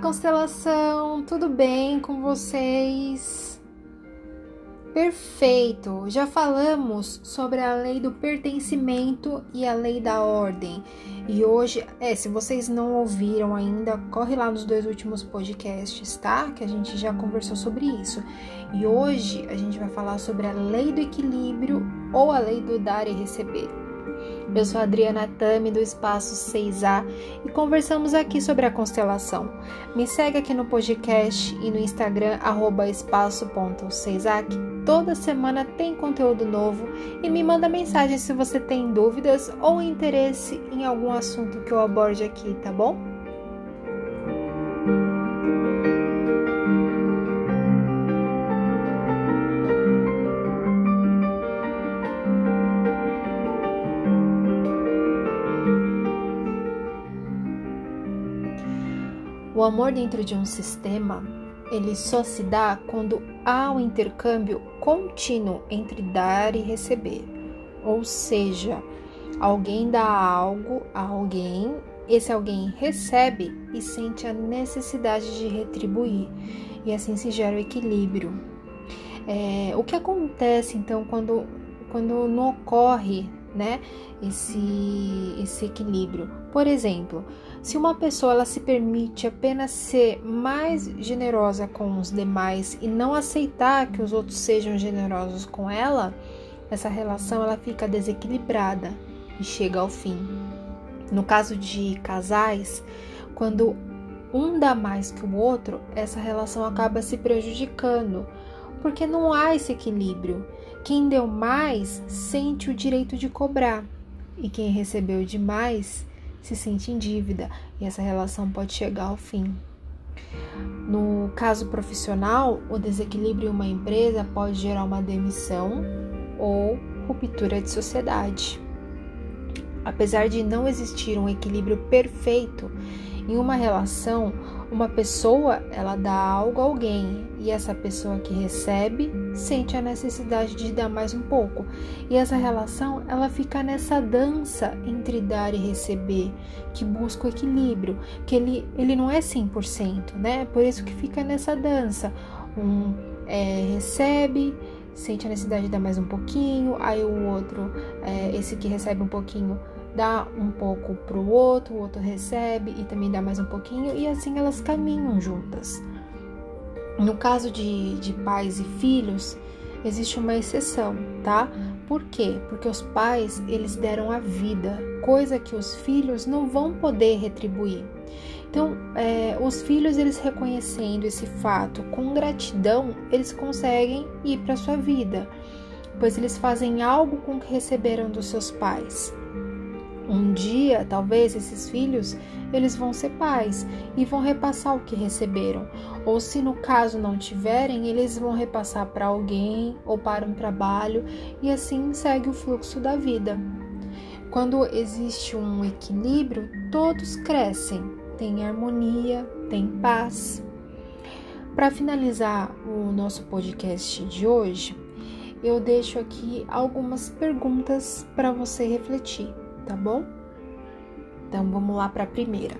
constelação, tudo bem com vocês? Perfeito! Já falamos sobre a lei do pertencimento e a lei da ordem. E hoje, se vocês não ouviram ainda, corre lá nos 2 últimos podcasts, tá? Que a gente já conversou sobre isso. E hoje a gente vai falar sobre a lei do equilíbrio ou a lei do dar e receber. Eu sou a Adriana Tami, do Espaço 6A, e conversamos aqui sobre a constelação. Me segue aqui no podcast e no Instagram, @espaço.6A, que toda semana tem conteúdo novo, e me manda mensagem se você tem dúvidas ou interesse em algum assunto que eu aborde aqui, tá bom? O amor dentro de um sistema, ele só se dá quando há um intercâmbio contínuo entre dar e receber. Ou seja, alguém dá algo a alguém, esse alguém recebe e sente a necessidade de retribuir. E assim se gera o equilíbrio. O que acontece, então, quando não ocorre, né, esse equilíbrio? Por exemplo, se uma pessoa ela se permite apenas ser mais generosa com os demais e não aceitar que os outros sejam generosos com ela, essa relação ela fica desequilibrada e chega ao fim. No caso de casais, quando um dá mais que o outro, essa relação acaba se prejudicando, porque não há esse equilíbrio. Quem deu mais sente o direito de cobrar, e quem recebeu demais se sente em dívida, e essa relação pode chegar ao fim. No caso profissional, o desequilíbrio em uma empresa pode gerar uma demissão ou ruptura de sociedade. Apesar de não existir um equilíbrio perfeito em uma relação, uma pessoa ela dá algo a alguém, e essa pessoa que recebe sente a necessidade de dar mais um pouco, e essa relação ela fica nessa dança entre dar e receber, que busca o equilíbrio, que ele não é 100%, né? Por isso que fica nessa dança. Recebe, sente a necessidade de dar mais um pouquinho, aí o outro, esse que recebe um pouquinho, dá um pouco para o outro recebe e também dá mais um pouquinho, e assim elas caminham juntas. No caso de pais e filhos, existe uma exceção, tá? Por quê? Porque os pais, eles deram a vida, coisa que os filhos não vão poder retribuir. Então, os filhos, eles reconhecendo esse fato com gratidão, eles conseguem ir para sua vida, pois eles fazem algo com o que receberam dos seus pais. Um dia, talvez, esses filhos, eles vão ser pais e vão repassar o que receberam. Ou se no caso não tiverem, eles vão repassar para alguém ou para um trabalho, e assim segue o fluxo da vida. Quando existe um equilíbrio, todos crescem, tem harmonia, tem paz. Para finalizar o nosso podcast de hoje, eu deixo aqui algumas perguntas para você refletir. Tá bom? Então vamos lá para a primeira.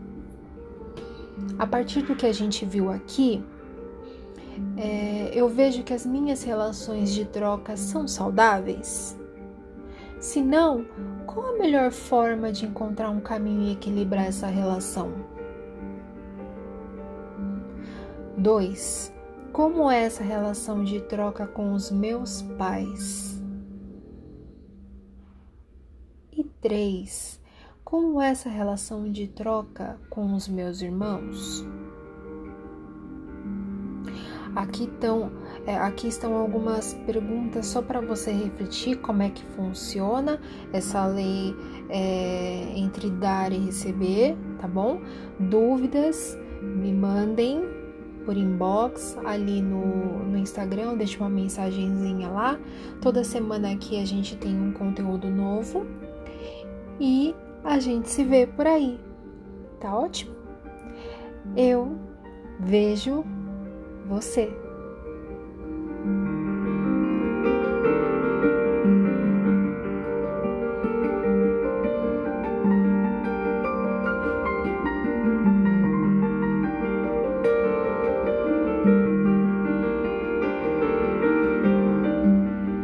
A partir do que a gente viu aqui, eu vejo que as minhas relações de troca são saudáveis? Se não, qual a melhor forma de encontrar um caminho e equilibrar essa relação? 2. Como é essa relação de troca com os meus pais? E 3. Como é essa relação de troca com os meus irmãos? Aqui estão algumas perguntas só para você refletir como é que funciona essa lei entre dar e receber, tá bom? Dúvidas, me mandem por inbox ali no Instagram, deixa uma mensagenzinha lá. Toda semana aqui a gente tem um conteúdo novo. E a gente se vê por aí, tá ótimo? Eu vejo você.